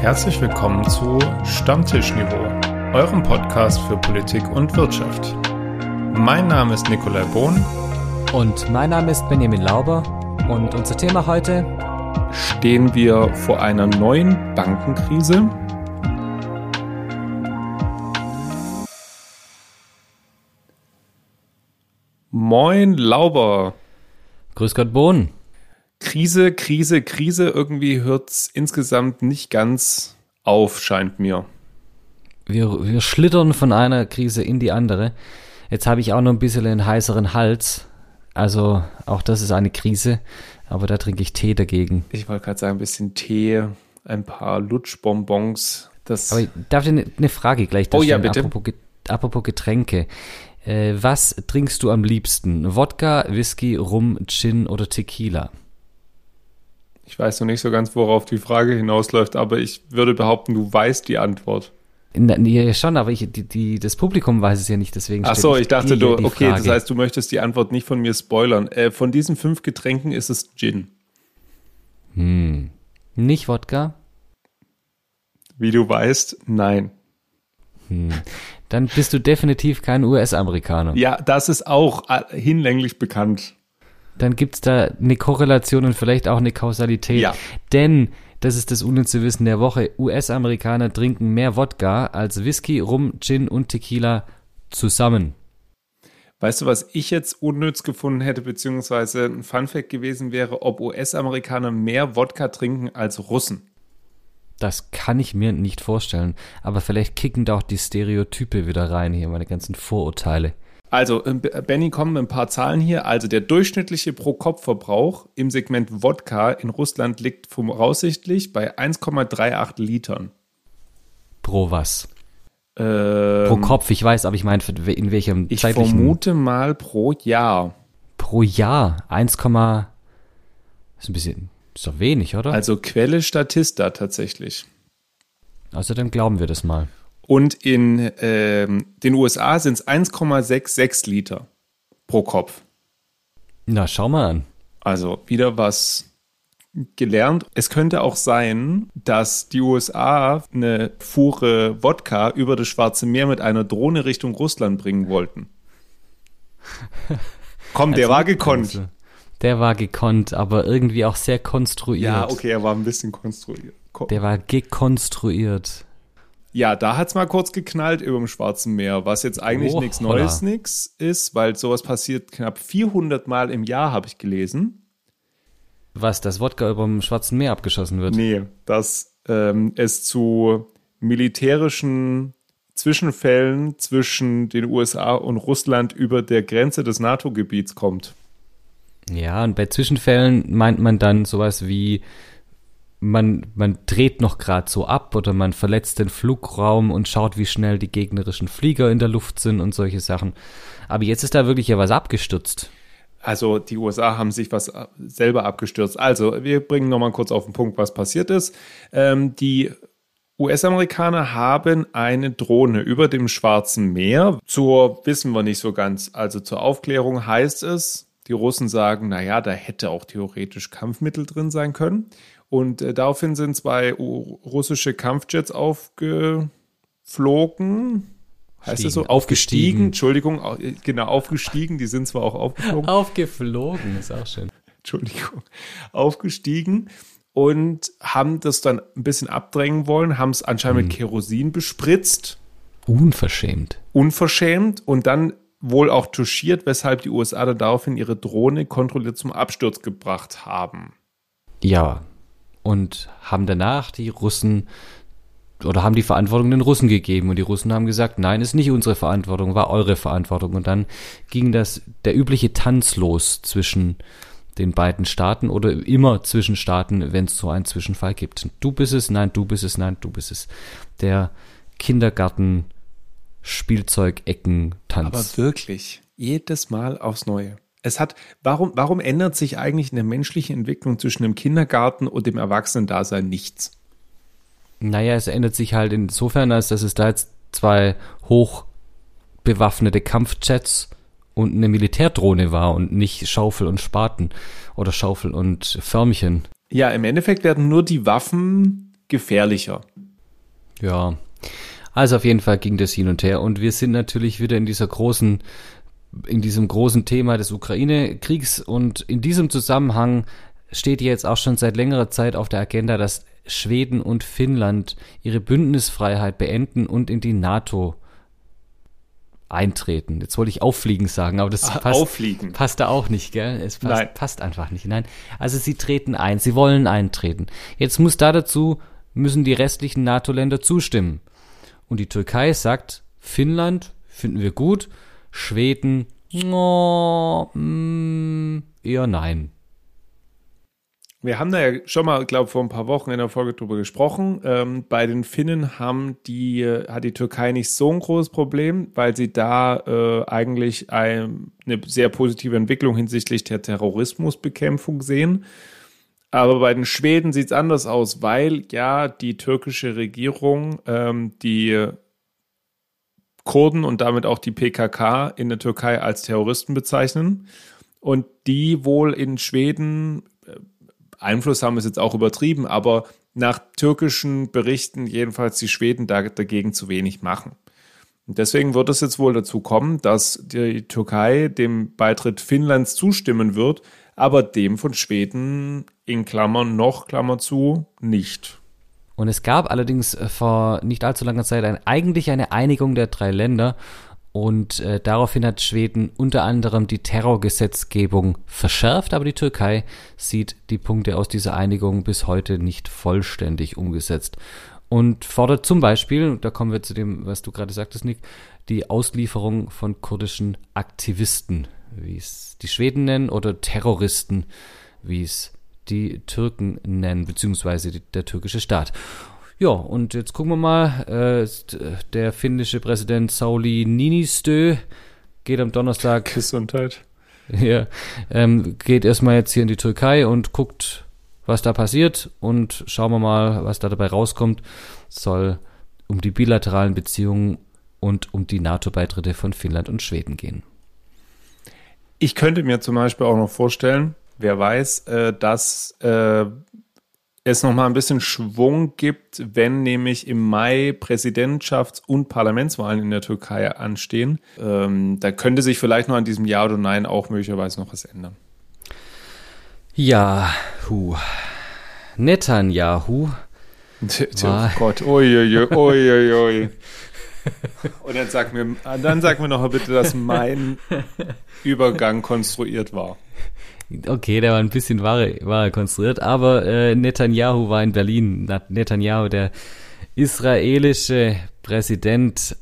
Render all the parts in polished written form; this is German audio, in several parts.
Herzlich willkommen zu Stammtischniveau, eurem Podcast für Politik und Wirtschaft. Mein Name ist Nikolai Bohn. Und mein Name ist Benjamin Lauber. Und unser Thema heute: Stehen wir vor einer neuen Bankenkrise? Moin Lauber. Grüß Gott Bohn. Krise. Irgendwie hört's insgesamt nicht ganz auf, scheint mir. Wir schlittern von einer Krise in die andere. Jetzt habe ich auch noch ein bisschen einen heißeren Hals. Also auch das ist eine Krise, aber da trinke ich Tee dagegen. Ich wollte gerade sagen, ein bisschen Tee, ein paar Lutschbonbons. Aber ich darf dir eine Frage gleich stellen? Oh ja, bitte. Apropos Getränke. Was trinkst du am liebsten? Wodka, Whisky, Rum, Gin oder Tequila? Ich weiß noch nicht so ganz, worauf die Frage hinausläuft, aber ich würde behaupten, du weißt die Antwort. Ja, schon, aber das Publikum weiß es ja nicht, deswegen. Ach so, ich dachte, okay, das heißt, du möchtest die Antwort nicht von mir spoilern. Von diesen 5 Getränken ist es Gin. Nicht Wodka? Wie du weißt, nein. Dann bist du definitiv kein US-Amerikaner. Ja, das ist auch hinlänglich bekannt. Dann gibt es da eine Korrelation und vielleicht auch eine Kausalität. Ja. Denn, das ist das unnütze Wissen der Woche, US-Amerikaner trinken mehr Wodka als Whisky, Rum, Gin und Tequila zusammen. Weißt du, was ich jetzt unnütz gefunden hätte, beziehungsweise ein Funfact gewesen wäre, ob US-Amerikaner mehr Wodka trinken als Russen? Das kann ich mir nicht vorstellen. Aber vielleicht kicken da auch die Stereotype wieder rein hier, meine ganzen Vorurteile. Also, Benny, kommen ein paar Zahlen hier. Also, der durchschnittliche Pro-Kopf-Verbrauch im Segment Wodka in Russland liegt voraussichtlich bei 1,38 Litern. Pro was? Pro Kopf, ich weiß, aber ich meine, in welchem ich zeitlichen... Ich vermute mal pro Jahr. Pro Jahr? 1, ist ein bisschen... Ist doch wenig, oder? Also Quelle Statista tatsächlich. Also dann glauben wir das mal. Und in den USA sind es 1,66 Liter pro Kopf. Na, schau mal an. Also wieder was gelernt. Es könnte auch sein, dass die USA eine Fuhre Wodka über das Schwarze Meer mit einer Drohne Richtung Russland bringen wollten. Komm, der war gekonnt. Der war gekonnt, aber irgendwie auch sehr konstruiert. Ja, okay, er war ein bisschen konstruiert. Der war gekonstruiert. Ja, da hat's mal kurz geknallt über dem Schwarzen Meer, was jetzt eigentlich nichts Neues ist, weil sowas passiert knapp 400 Mal im Jahr, habe ich gelesen. Was, dass Wodka über dem Schwarzen Meer abgeschossen wird? Nee, dass es zu militärischen Zwischenfällen zwischen den USA und Russland über der Grenze des NATO-Gebiets kommt. Ja, und bei Zwischenfällen meint man dann sowas wie, man dreht noch gerade so ab oder man verletzt den Flugraum und schaut, wie schnell die gegnerischen Flieger in der Luft sind und solche Sachen. Aber jetzt ist da wirklich ja was abgestürzt. Also die USA haben sich was selber abgestürzt. Also wir bringen nochmal kurz auf den Punkt, was passiert ist. Die US-Amerikaner haben eine Drohne über dem Schwarzen Meer. Wissen wir nicht so ganz. Also zur Aufklärung heißt es, die Russen sagen, naja, da hätte auch theoretisch Kampfmittel drin sein können. Und daraufhin sind 2 russische Kampfjets aufgeflogen. Heißt es so? Aufgestiegen. Entschuldigung, genau, aufgestiegen. Die sind zwar auch aufgeflogen. Aufgeflogen, ist auch schön. Entschuldigung. Aufgestiegen und haben das dann ein bisschen abdrängen wollen, haben es anscheinend mit Kerosin bespritzt. Unverschämt. Und dann wohl auch touchiert, weshalb die USA dann daraufhin ihre Drohne kontrolliert zum Absturz gebracht haben. Ja, und haben danach die Russen oder haben die Verantwortung den Russen gegeben und die Russen haben gesagt, nein, ist nicht unsere Verantwortung, war eure Verantwortung. Und dann ging der übliche Tanz los zwischen den beiden Staaten oder immer zwischen Staaten, wenn es so einen Zwischenfall gibt. Du bist es, nein, du bist es, nein, du bist es. Der Kindergarten Spielzeugecken-Tanz. Aber wirklich, jedes Mal aufs Neue. Warum ändert sich eigentlich in der menschlichen Entwicklung zwischen dem Kindergarten und dem Erwachsenendasein nichts? Naja, es ändert sich halt insofern, als dass es da jetzt 2 hochbewaffnete Kampfjets und eine Militärdrohne war und nicht Schaufel und Spaten oder Schaufel und Förmchen. Ja, im Endeffekt werden nur die Waffen gefährlicher. Ja, also auf jeden Fall ging das hin und her und wir sind natürlich wieder in diesem großen Thema des Ukraine-Kriegs und in diesem Zusammenhang steht jetzt auch schon seit längerer Zeit auf der Agenda, dass Schweden und Finnland ihre Bündnisfreiheit beenden und in die NATO eintreten. Jetzt wollte ich auffliegen sagen, aber das passt da auch nicht, gell? Es passt einfach nicht. Nein, also sie treten ein, sie wollen eintreten. Jetzt müssen die restlichen NATO-Länder zustimmen. Und die Türkei sagt, Finnland finden wir gut, Schweden, eher nein. Wir haben da ja schon mal, glaube ich, vor ein paar Wochen in der Folge drüber gesprochen. Bei den Finnen hat die Türkei nicht so ein großes Problem, weil sie da eigentlich eine sehr positive Entwicklung hinsichtlich der Terrorismusbekämpfung sehen. Aber bei den Schweden sieht es anders aus, weil ja die türkische Regierung die Kurden und damit auch die PKK in der Türkei als Terroristen bezeichnen und die wohl in Schweden Einfluss haben, ist jetzt auch übertrieben, aber nach türkischen Berichten jedenfalls die Schweden dagegen zu wenig machen. Und deswegen wird es jetzt wohl dazu kommen, dass die Türkei dem Beitritt Finnlands zustimmen wird, aber dem von Schweden in Klammern noch, Klammer zu, nicht. Und es gab allerdings vor nicht allzu langer Zeit eigentlich eine Einigung der 3 Länder und daraufhin hat Schweden unter anderem die Terrorgesetzgebung verschärft, aber die Türkei sieht die Punkte aus dieser Einigung bis heute nicht vollständig umgesetzt und fordert zum Beispiel, da kommen wir zu dem, was du gerade sagtest, Nick, die Auslieferung von kurdischen Aktivisten, wie es die Schweden nennen, oder Terroristen, wie es die Türken nennen, beziehungsweise der türkische Staat. Ja, und jetzt gucken wir mal, der finnische Präsident Sauli Niinistö geht am Donnerstag. Gesundheit. Ja, geht erstmal jetzt hier in die Türkei und guckt, was da passiert und schauen wir mal, was da dabei rauskommt. Es soll um die bilateralen Beziehungen und um die NATO-Beitritte von Finnland und Schweden gehen. Ich könnte mir zum Beispiel auch noch vorstellen, wer weiß, dass es nochmal ein bisschen Schwung gibt, wenn nämlich im Mai Präsidentschafts- und Parlamentswahlen in der Türkei anstehen. Da könnte sich vielleicht noch an diesem Ja oder Nein auch möglicherweise noch was ändern. Netanyahu. Oh Gott, uiuiui. Und dann sag mir noch bitte, dass mein Übergang konstruiert war. Okay, der war ein bisschen war konstruiert, aber Netanyahu war in Berlin. Netanyahu, der israelische Präsident,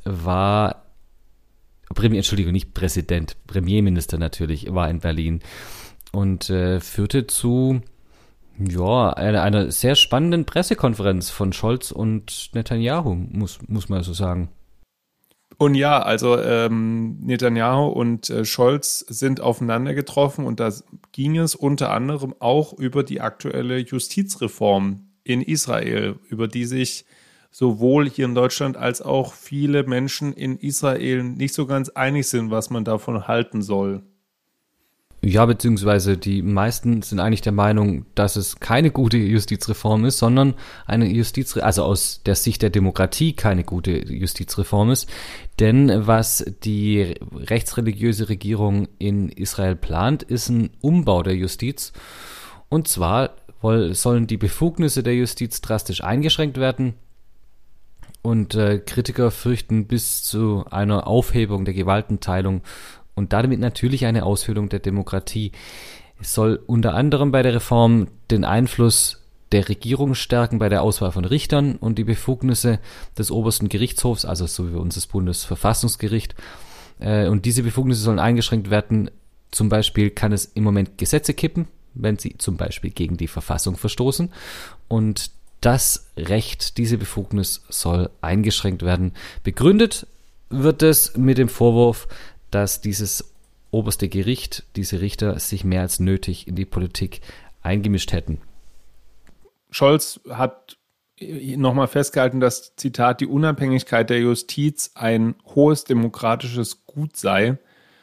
Premierminister natürlich, war in Berlin und führte zu einer sehr spannenden Pressekonferenz von Scholz und Netanyahu, muss man so sagen. Und ja, also Netanyahu und Scholz sind aufeinander getroffen und da ging es unter anderem auch über die aktuelle Justizreform in Israel, über die sich sowohl hier in Deutschland als auch viele Menschen in Israel nicht so ganz einig sind, was man davon halten soll. Ja, beziehungsweise die meisten sind eigentlich der Meinung, dass es keine gute Justizreform ist, sondern also aus der Sicht der Demokratie keine gute Justizreform ist. Denn was die rechtsreligiöse Regierung in Israel plant, ist ein Umbau der Justiz. Und zwar sollen die Befugnisse der Justiz drastisch eingeschränkt werden. Und Kritiker fürchten bis zu einer Aufhebung der Gewaltenteilung und damit natürlich eine Aushöhlung der Demokratie. Es soll unter anderem bei der Reform den Einfluss der Regierung stärken bei der Auswahl von Richtern und die Befugnisse des obersten Gerichtshofs, also so wie unser Bundesverfassungsgericht. Und diese Befugnisse sollen eingeschränkt werden. Zum Beispiel kann es im Moment Gesetze kippen, wenn sie zum Beispiel gegen die Verfassung verstoßen. Und das Recht, diese Befugnis soll eingeschränkt werden. Begründet wird es mit dem Vorwurf, dass dieses oberste Gericht, diese Richter, sich mehr als nötig in die Politik eingemischt hätten. Scholz hat nochmal festgehalten, dass, Zitat, die Unabhängigkeit der Justiz ein hohes demokratisches Gut sei.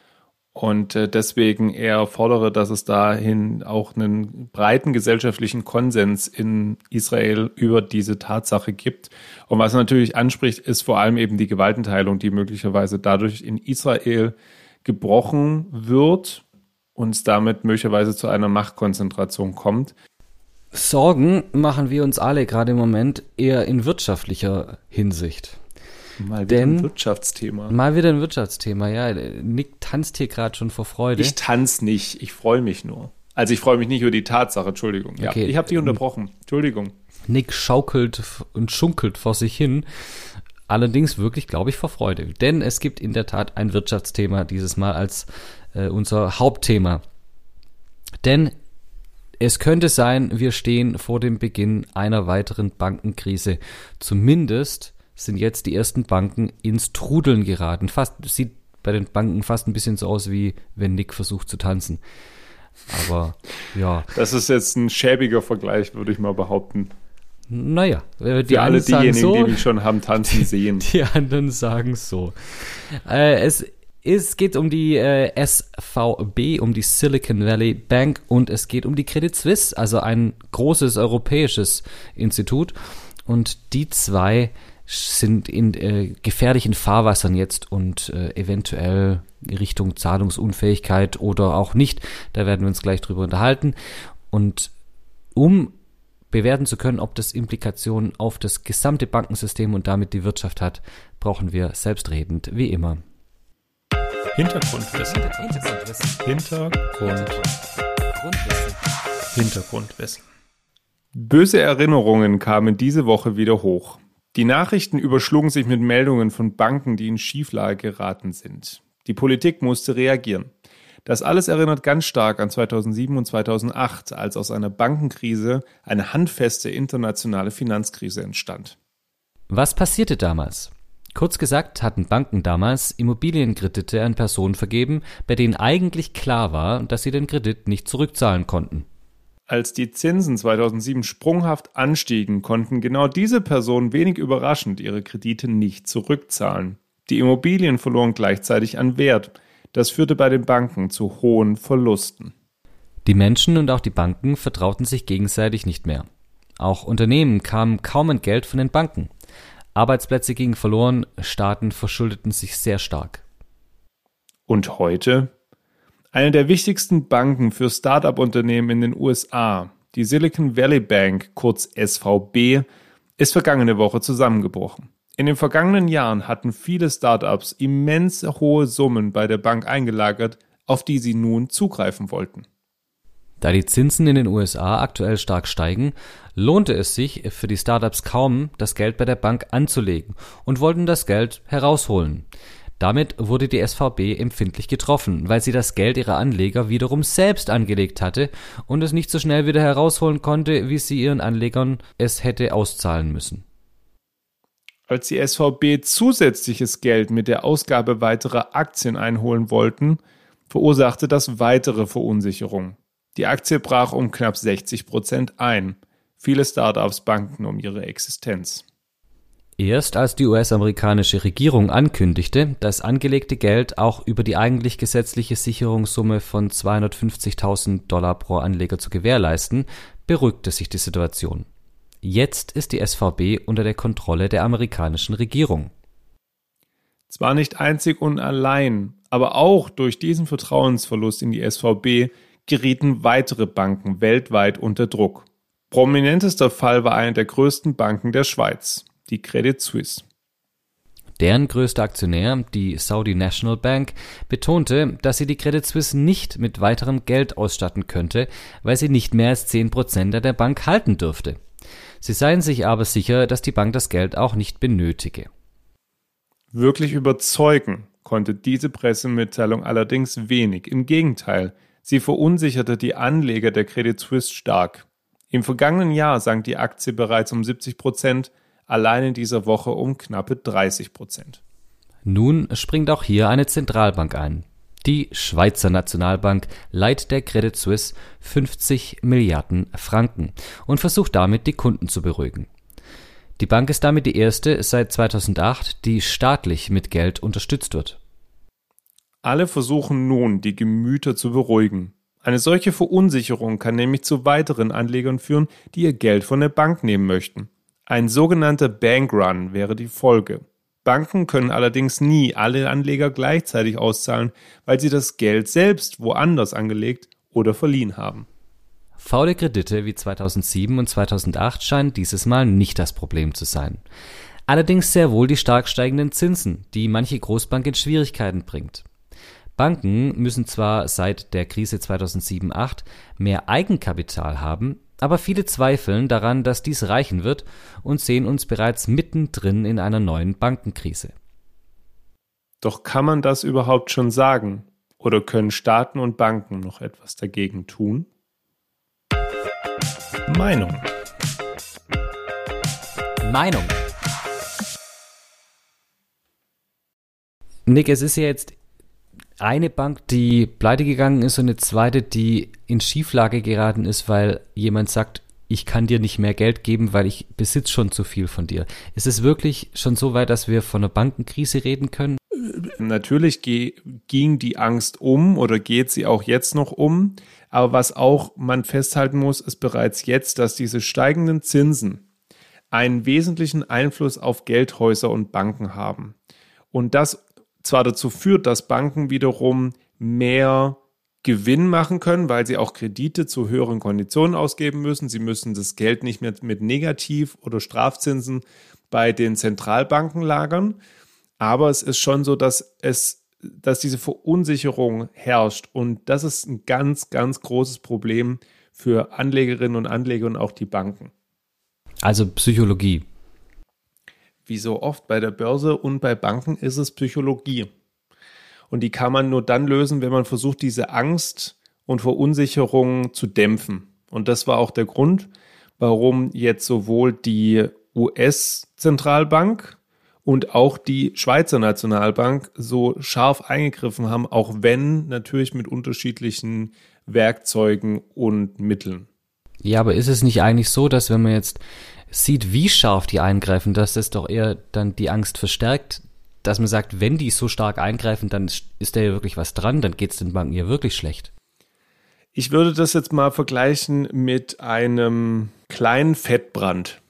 Und deswegen er fordere, dass es dahin auch einen breiten gesellschaftlichen Konsens in Israel über diese Tatsache gibt. Und was er natürlich anspricht, ist vor allem eben die Gewaltenteilung, die möglicherweise dadurch in Israel gebrochen wird und es damit möglicherweise zu einer Machtkonzentration kommt. Sorgen machen wir uns alle gerade im Moment eher in wirtschaftlicher Hinsicht. Mal wieder ein Wirtschaftsthema. Mal wieder ein Wirtschaftsthema, ja. Nick tanzt hier gerade schon vor Freude. Ich tanze nicht, ich freue mich nur. Also ich freue mich nicht über die Tatsache, Entschuldigung. Ja, okay. Ich habe dich unterbrochen, Entschuldigung. Nick schaukelt und schunkelt vor sich hin. Allerdings wirklich, glaube ich, vor Freude. Denn es gibt in der Tat ein Wirtschaftsthema dieses Mal als unser Hauptthema. Denn es könnte sein, wir stehen vor dem Beginn einer weiteren Bankenkrise. Zumindest sind jetzt die ersten Banken ins Trudeln geraten. Sieht bei den Banken fast ein bisschen so aus, wie wenn Nick versucht zu tanzen. Aber ja. Das ist jetzt ein schäbiger Vergleich, würde ich mal behaupten. Naja, für alle diejenigen, so, die mich schon haben tanzen sehen. Die anderen sagen so. Es geht um die SVB, um die Silicon Valley Bank, und es geht um die Credit Suisse, also ein großes europäisches Institut. Und die zwei sind in gefährlichen Fahrwassern jetzt und eventuell Richtung Zahlungsunfähigkeit oder auch nicht. Da werden wir uns gleich drüber unterhalten. Und um bewerten zu können, ob das Implikationen auf das gesamte Bankensystem und damit die Wirtschaft hat, brauchen wir selbstredend, wie immer. Hintergrundwissen. Böse Erinnerungen kamen diese Woche wieder hoch. Die Nachrichten überschlugen sich mit Meldungen von Banken, die in Schieflage geraten sind. Die Politik musste reagieren. Das alles erinnert ganz stark an 2007 und 2008, als aus einer Bankenkrise eine handfeste internationale Finanzkrise entstand. Was passierte damals? Kurz gesagt hatten Banken damals Immobilienkredite an Personen vergeben, bei denen eigentlich klar war, dass sie den Kredit nicht zurückzahlen konnten. Als die Zinsen 2007 sprunghaft anstiegen, konnten genau diese Personen wenig überraschend ihre Kredite nicht zurückzahlen. Die Immobilien verloren gleichzeitig an Wert. Das führte bei den Banken zu hohen Verlusten. Die Menschen und auch die Banken vertrauten sich gegenseitig nicht mehr. Auch Unternehmen kamen kaum an Geld von den Banken. Arbeitsplätze gingen verloren, Staaten verschuldeten sich sehr stark. Und heute? Eine der wichtigsten Banken für Start-up-Unternehmen in den USA, die Silicon Valley Bank, kurz SVB, ist vergangene Woche zusammengebrochen. In den vergangenen Jahren hatten viele Start-ups immens hohe Summen bei der Bank eingelagert, auf die sie nun zugreifen wollten. Da die Zinsen in den USA aktuell stark steigen, lohnte es sich für die Startups kaum, das Geld bei der Bank anzulegen und wollten das Geld herausholen. Damit wurde die SVB empfindlich getroffen, weil sie das Geld ihrer Anleger wiederum selbst angelegt hatte und es nicht so schnell wieder herausholen konnte, wie sie ihren Anlegern es hätte auszahlen müssen. Als die SVB zusätzliches Geld mit der Ausgabe weiterer Aktien einholen wollten, verursachte das weitere Verunsicherung. Die Aktie brach um knapp 60% ein. Viele Startups bangen um ihre Existenz. Erst als die US-amerikanische Regierung ankündigte, das angelegte Geld auch über die eigentlich gesetzliche Sicherungssumme von $250.000 pro Anleger zu gewährleisten, beruhigte sich die Situation. Jetzt ist die SVB unter der Kontrolle der amerikanischen Regierung. Zwar nicht einzig und allein, aber auch durch diesen Vertrauensverlust in die SVB gerieten weitere Banken weltweit unter Druck. Prominentester Fall war eine der größten Banken der Schweiz, die Credit Suisse. Deren größter Aktionär, die Saudi National Bank, betonte, dass sie die Credit Suisse nicht mit weiterem Geld ausstatten könnte, weil sie nicht mehr als 10% an der Bank halten dürfte. Sie seien sich aber sicher, dass die Bank das Geld auch nicht benötige. Wirklich überzeugen konnte diese Pressemitteilung allerdings wenig. Im Gegenteil, sie verunsicherte die Anleger der Credit Suisse stark. Im vergangenen Jahr sank die Aktie bereits um 70%, allein in dieser Woche um knappe 30%. Nun springt auch hier eine Zentralbank ein. Die Schweizer Nationalbank leiht der Credit Suisse 50 Milliarden Franken und versucht damit, die Kunden zu beruhigen. Die Bank ist damit die erste seit 2008, die staatlich mit Geld unterstützt wird. Alle versuchen nun, die Gemüter zu beruhigen. Eine solche Verunsicherung kann nämlich zu weiteren Anlegern führen, die ihr Geld von der Bank nehmen möchten. Ein sogenannter Bankrun wäre die Folge. Banken können allerdings nie alle Anleger gleichzeitig auszahlen, weil sie das Geld selbst woanders angelegt oder verliehen haben. Faule Kredite wie 2007 und 2008 scheinen dieses Mal nicht das Problem zu sein. Allerdings sehr wohl die stark steigenden Zinsen, die manche Großbank in Schwierigkeiten bringt. Banken müssen zwar seit der Krise 2007/08 mehr Eigenkapital haben, aber viele zweifeln daran, dass dies reichen wird und sehen uns bereits mittendrin in einer neuen Bankenkrise. Doch kann man das überhaupt schon sagen? Oder können Staaten und Banken noch etwas dagegen tun? Meinung. Nick, es ist ja jetzt eine Bank, die pleite gegangen ist und eine zweite, die in Schieflage geraten ist, weil jemand sagt, ich kann dir nicht mehr Geld geben, weil ich besitze schon zu viel von dir. Ist es wirklich schon so weit, dass wir von einer Bankenkrise reden können? Natürlich ging die Angst um oder geht sie auch jetzt noch um. Aber was auch man festhalten muss, ist bereits jetzt, dass diese steigenden Zinsen einen wesentlichen Einfluss auf Geldhäuser und Banken haben. Und das zwar dazu führt, dass Banken wiederum mehr Gewinn machen können, weil sie auch Kredite zu höheren Konditionen ausgeben müssen. Sie müssen das Geld nicht mehr mit Negativ- oder Strafzinsen bei den Zentralbanken lagern. Aber es ist schon so, dass diese Verunsicherung herrscht. Und das ist ein ganz, ganz großes Problem für Anlegerinnen und Anleger und auch die Banken. Also Psychologie. Wie so oft bei der Börse und bei Banken ist es Psychologie. Und die kann man nur dann lösen, wenn man versucht, diese Angst und Verunsicherung zu dämpfen. Und das war auch der Grund, warum jetzt sowohl die US-Zentralbank und auch die Schweizer Nationalbank so scharf eingegriffen haben, auch wenn natürlich mit unterschiedlichen Werkzeugen und Mitteln. Ja, aber ist es nicht eigentlich so, dass wenn man jetzt sieht, wie scharf die eingreifen, dass das doch eher dann die Angst verstärkt, dass man sagt, wenn die so stark eingreifen, dann ist da ja wirklich was dran, dann geht es den Banken ja wirklich schlecht. Ich würde das jetzt mal vergleichen mit einem kleinen Fettbrand.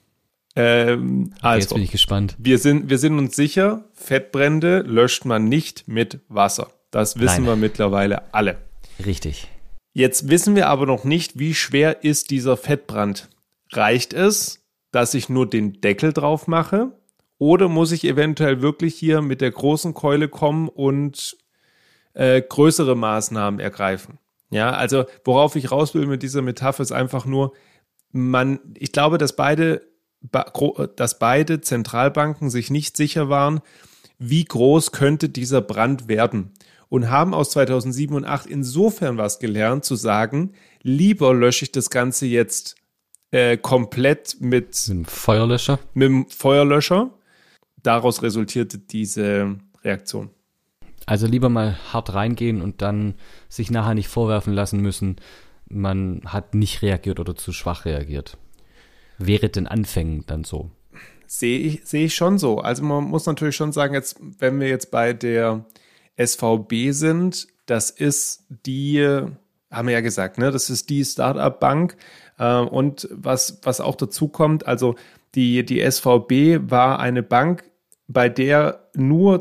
Jetzt bin ich gespannt. Wir sind uns sicher, Fettbrände löscht man nicht mit Wasser. Das wissen wir mittlerweile alle. Richtig. Jetzt wissen wir aber noch nicht, wie schwer ist dieser Fettbrand. Reicht es, dass ich nur den Deckel drauf mache? Oder muss ich eventuell wirklich hier mit der großen Keule kommen und größere Maßnahmen ergreifen? Ja, also worauf ich raus will mit dieser Metapher ist einfach nur, ich glaube, dass beide Zentralbanken sich nicht sicher waren, wie groß könnte dieser Brand werden. Und haben aus 2007 und 2008 insofern was gelernt, zu sagen, lieber lösche ich das Ganze jetzt komplett mit dem Feuerlöscher. Mit dem Feuerlöscher. Daraus resultierte diese Reaktion. Also lieber mal hart reingehen und dann sich nachher nicht vorwerfen lassen müssen, man hat nicht reagiert oder zu schwach reagiert. Wäre den Anfängen dann so? Sehe ich schon so. Also man muss natürlich schon sagen, jetzt, wenn wir jetzt bei der SVB sind, das ist die, haben wir ja gesagt, ne, das ist die Start-up-Bank. Und was auch dazu kommt, also die SVB war eine Bank, bei der nur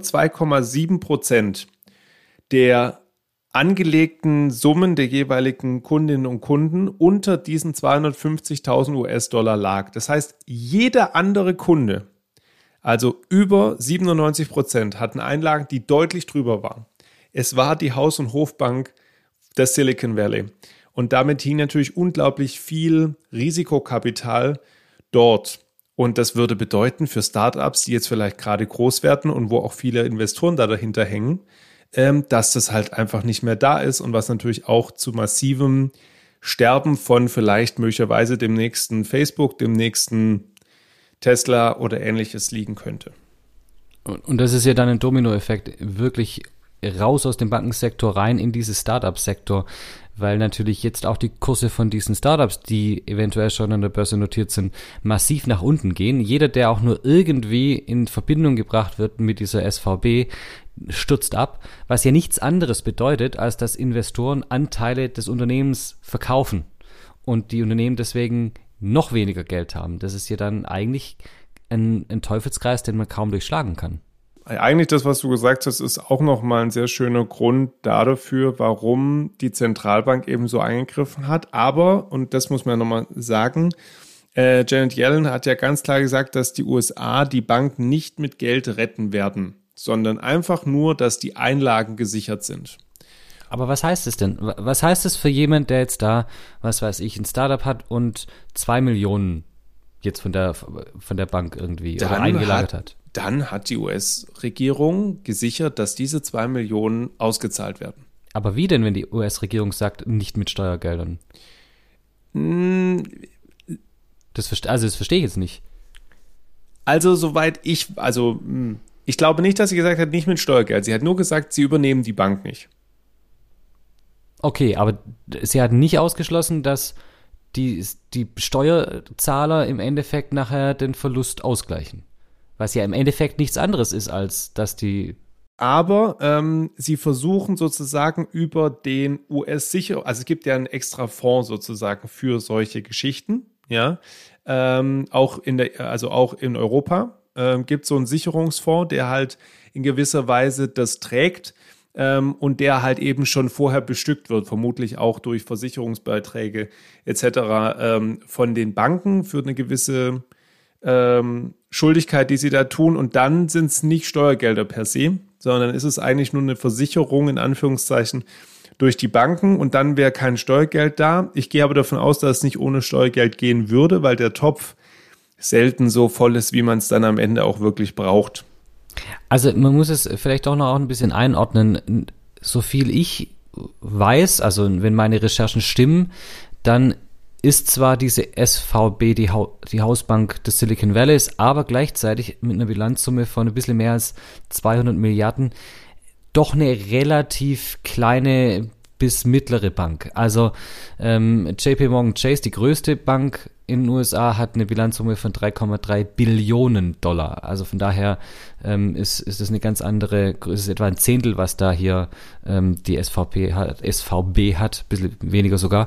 2,7% der angelegten Summen der jeweiligen Kundinnen und Kunden unter diesen 250.000 US-Dollar lag. Das heißt, jeder andere Kunde, also über 97%, hatten Einlagen, die deutlich drüber waren. Es war die Haus- und Hofbank des Silicon Valley. Und damit hing natürlich unglaublich viel Risikokapital dort. Und das würde bedeuten für Startups, die jetzt vielleicht gerade groß werden und wo auch viele Investoren da dahinter hängen, dass das halt einfach nicht mehr da ist und was natürlich auch zu massivem Sterben von vielleicht möglicherweise dem nächsten Facebook, dem nächsten Tesla oder ähnliches liegen könnte. Und das ist ja dann ein Dominoeffekt, wirklich raus aus dem Bankensektor rein in diesen Startup-Sektor, weil natürlich jetzt auch die Kurse von diesen Startups, die eventuell schon an der Börse notiert sind, massiv nach unten gehen. Jeder, der auch nur irgendwie in Verbindung gebracht wird mit dieser SVB, stürzt ab, was ja nichts anderes bedeutet, als dass Investoren Anteile des Unternehmens verkaufen und die Unternehmen deswegen noch weniger Geld haben. Das ist ja dann eigentlich ein Teufelskreis, den man kaum durchschlagen kann. Eigentlich das, was du gesagt hast, ist auch nochmal ein sehr schöner Grund dafür, warum die Zentralbank eben so eingegriffen hat. Aber, und das muss man nochmal sagen, Janet Yellen hat ja ganz klar gesagt, dass die USA die Banken nicht mit Geld retten werden, sondern einfach nur, dass die Einlagen gesichert sind. Aber was heißt es denn? Was heißt es für jemand, der jetzt da, was weiß ich, ein Startup hat und 2 Millionen jetzt von der Bank irgendwie oder eingelagert hat? Dann hat die US-Regierung gesichert, dass diese 2 Millionen ausgezahlt werden. Aber wie denn, wenn die US-Regierung sagt, nicht mit Steuergeldern? Das verstehe ich jetzt nicht. Also ich glaube nicht, dass sie gesagt hat, nicht mit Steuergeld. Sie hat nur gesagt, sie übernehmen die Bank nicht. Okay, aber sie hat nicht ausgeschlossen, dass die Steuerzahler im Endeffekt nachher den Verlust ausgleichen. Was ja im Endeffekt nichts anderes ist, als dass die... Aber sie versuchen sozusagen über den also es gibt ja einen extra Fonds sozusagen für solche Geschichten, ja, auch in Europa gibt es so einen Sicherungsfonds, der halt in gewisser Weise das trägt und der halt eben schon vorher bestückt wird, vermutlich auch durch Versicherungsbeiträge etc. Von den Banken für eine gewisse Schuldigkeit, die sie da tun, und dann sind es nicht Steuergelder per se, sondern ist es eigentlich nur eine Versicherung in Anführungszeichen durch die Banken und dann wäre kein Steuergeld da. Ich gehe aber davon aus, dass es nicht ohne Steuergeld gehen würde, weil der Topf selten so voll ist, wie man es dann am Ende auch wirklich braucht. Also man muss es vielleicht auch noch ein bisschen einordnen. So viel ich weiß, also wenn meine Recherchen stimmen, dann ist zwar diese SVB die Hausbank des Silicon Valleys, aber gleichzeitig mit einer Bilanzsumme von ein bisschen mehr als 200 Milliarden doch eine relativ kleine bis mittlere Bank. Also JP Morgan Chase, die größte Bank in den USA, hat eine Bilanzsumme von 3,3 Billionen Dollar. Also von daher ist das eine ganz andere, ist es etwa ein Zehntel, was da hier die SVB hat, ein bisschen weniger sogar.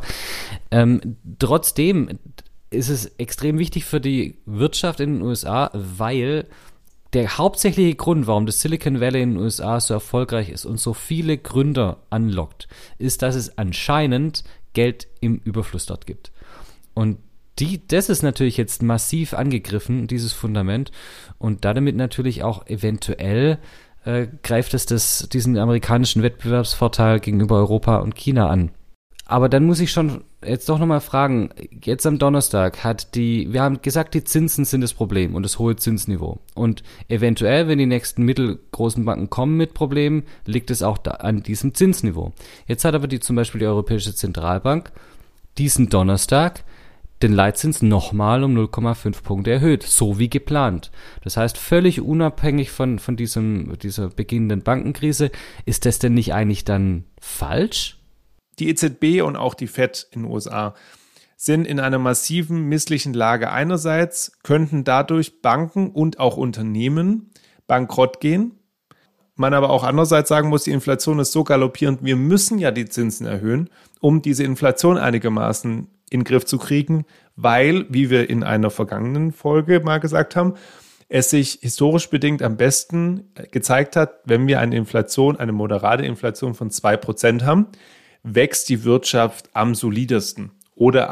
Trotzdem ist es extrem wichtig für die Wirtschaft in den USA, weil der hauptsächliche Grund, warum das Silicon Valley in den USA so erfolgreich ist und so viele Gründer anlockt, ist, dass es anscheinend Geld im Überfluss dort gibt. Und das ist natürlich jetzt massiv angegriffen, dieses Fundament. Und damit natürlich auch eventuell greift es diesen amerikanischen Wettbewerbsvorteil gegenüber Europa und China an. Aber dann muss ich schon jetzt doch nochmal fragen, jetzt am Donnerstag wir haben gesagt, die Zinsen sind das Problem und das hohe Zinsniveau. Und eventuell, wenn die nächsten mittelgroßen Banken kommen mit Problemen, liegt es auch an diesem Zinsniveau. Jetzt hat aber zum Beispiel die Europäische Zentralbank diesen Donnerstag den Leitzins nochmal um 0,5 Punkte erhöht, so wie geplant. Das heißt, völlig unabhängig von dieser beginnenden Bankenkrise, ist das denn nicht eigentlich dann falsch? Die EZB und auch die FED in den USA sind in einer massiven misslichen Lage. Einerseits könnten dadurch Banken und auch Unternehmen bankrott gehen. Man aber auch andererseits sagen muss, die Inflation ist so galoppierend, wir müssen ja die Zinsen erhöhen, um diese Inflation einigermaßen in den Griff zu kriegen, weil, wie wir in einer vergangenen Folge mal gesagt haben, es sich historisch bedingt am besten gezeigt hat, wenn wir eine moderate Inflation von 2% haben, wächst die Wirtschaft am solidesten oder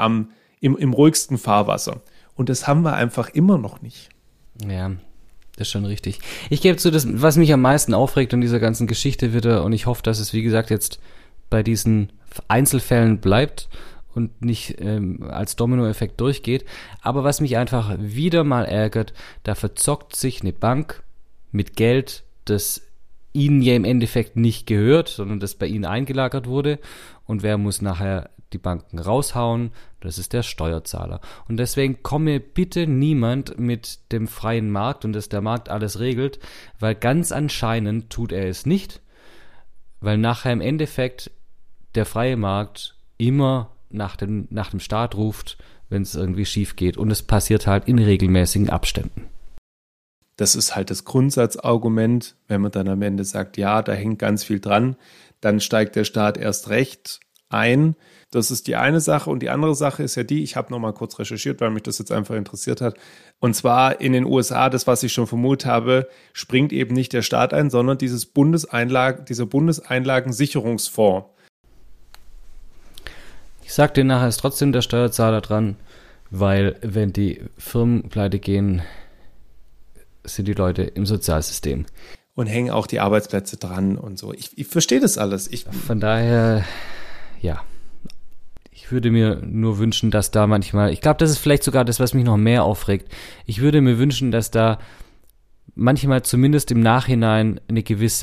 im ruhigsten Fahrwasser. Und das haben wir einfach immer noch nicht. Ja, das ist schon richtig. Ich gebe zu, was mich am meisten aufregt an dieser ganzen Geschichte wieder, und ich hoffe, dass es, wie gesagt, jetzt bei diesen Einzelfällen bleibt und nicht als Dominoeffekt durchgeht. Aber was mich einfach wieder mal ärgert, da verzockt sich eine Bank mit Geld, das ihnen ja im Endeffekt nicht gehört, sondern das bei ihnen eingelagert wurde. Und wer muss nachher die Banken raushauen? Das ist der Steuerzahler. Und deswegen komme bitte niemand mit dem freien Markt und dass der Markt alles regelt, weil ganz anscheinend tut er es nicht, weil nachher im Endeffekt der freie Markt immer nach dem Staat ruft, wenn es irgendwie schief geht. Und es passiert halt in regelmäßigen Abständen. Das ist halt das Grundsatzargument, wenn man dann am Ende sagt, ja, da hängt ganz viel dran, dann steigt der Staat erst recht ein. Das ist die eine Sache. Und die andere Sache ist ja die, ich habe nochmal kurz recherchiert, weil mich das jetzt einfach interessiert hat. Und zwar in den USA, das, was ich schon vermutet habe, springt eben nicht der Staat ein, sondern dieser Bundeseinlagensicherungsfonds. Ich sag dir nachher, ist trotzdem der Steuerzahler dran, weil wenn die Firmen pleite gehen, sind die Leute im Sozialsystem. Und hängen auch die Arbeitsplätze dran und so. Ich verstehe das alles. Von daher, ja. Ich würde mir nur wünschen, dass da manchmal, ich glaube, das ist vielleicht sogar das, was mich noch mehr aufregt. Ich würde mir wünschen, dass da manchmal zumindest im Nachhinein ein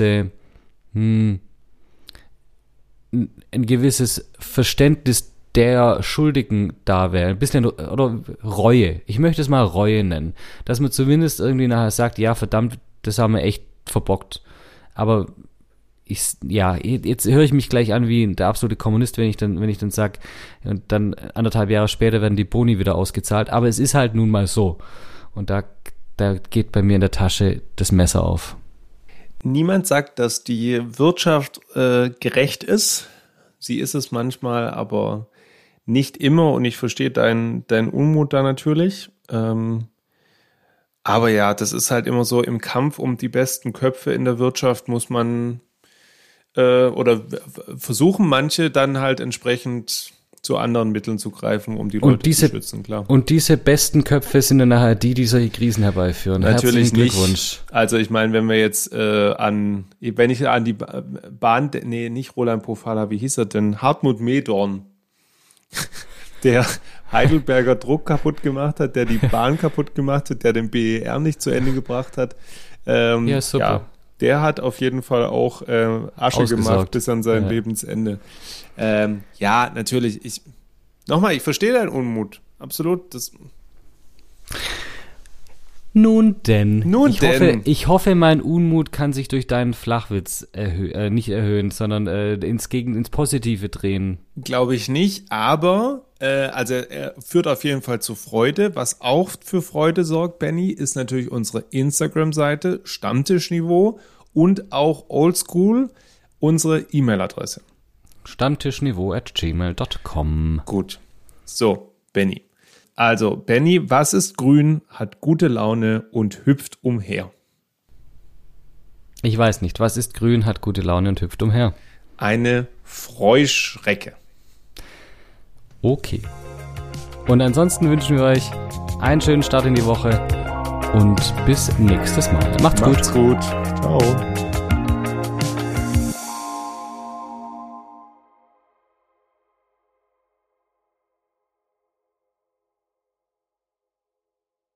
gewisses Verständnis der Schuldigen da wäre. Ein bisschen, oder Reue. Ich möchte es mal Reue nennen. Dass man zumindest irgendwie nachher sagt, ja, verdammt, das haben wir echt verbockt. Aber jetzt höre ich mich gleich an wie der absolute Kommunist, wenn ich dann sage, und dann 1,5 Jahre später werden die Boni wieder ausgezahlt. Aber es ist halt nun mal so. Und da geht bei mir in der Tasche das Messer auf. Niemand sagt, dass die Wirtschaft gerecht ist. Sie ist es manchmal, aber nicht immer. Und ich verstehe deinen Unmut da natürlich. Aber ja, das ist halt immer so, im Kampf um die besten Köpfe in der Wirtschaft muss man oder versuchen manche dann halt entsprechend zu anderen Mitteln zu greifen, um die Leute zu schützen, klar. Und diese besten Köpfe sind dann nachher die solche Krisen herbeiführen. Natürlich nicht. Also ich meine, wenn wir jetzt an die Bahn, nicht Roland Pofalla, wie hieß er denn? Hartmut Mehdorn, der Heidelberger Druck kaputt gemacht hat, der die Bahn kaputt gemacht hat, der den BER nicht zu Ende gebracht hat. Ja, super. Ja, der hat auf jeden Fall auch Asche gemacht bis an sein Lebensende. Ja, natürlich. Ich verstehe deinen Unmut. Absolut. Nun denn. Ich hoffe, mein Unmut kann sich durch deinen Flachwitz nicht erhöhen, sondern ins Positive drehen. Glaube ich nicht, aber er führt auf jeden Fall zu Freude. Was auch für Freude sorgt, Benny, ist natürlich unsere Instagram-Seite, Stammtischniveau und auch Oldschool, unsere E-Mail-Adresse. Stammtischniveau@gmail.com. Gut. So, Benny. Also, Benny, was ist grün, hat gute Laune und hüpft umher? Ich weiß nicht. Was ist grün, hat gute Laune und hüpft umher? Eine Freuschrecke. Okay. Und ansonsten wünschen wir euch einen schönen Start in die Woche und bis nächstes Mal. Macht's gut. Ciao.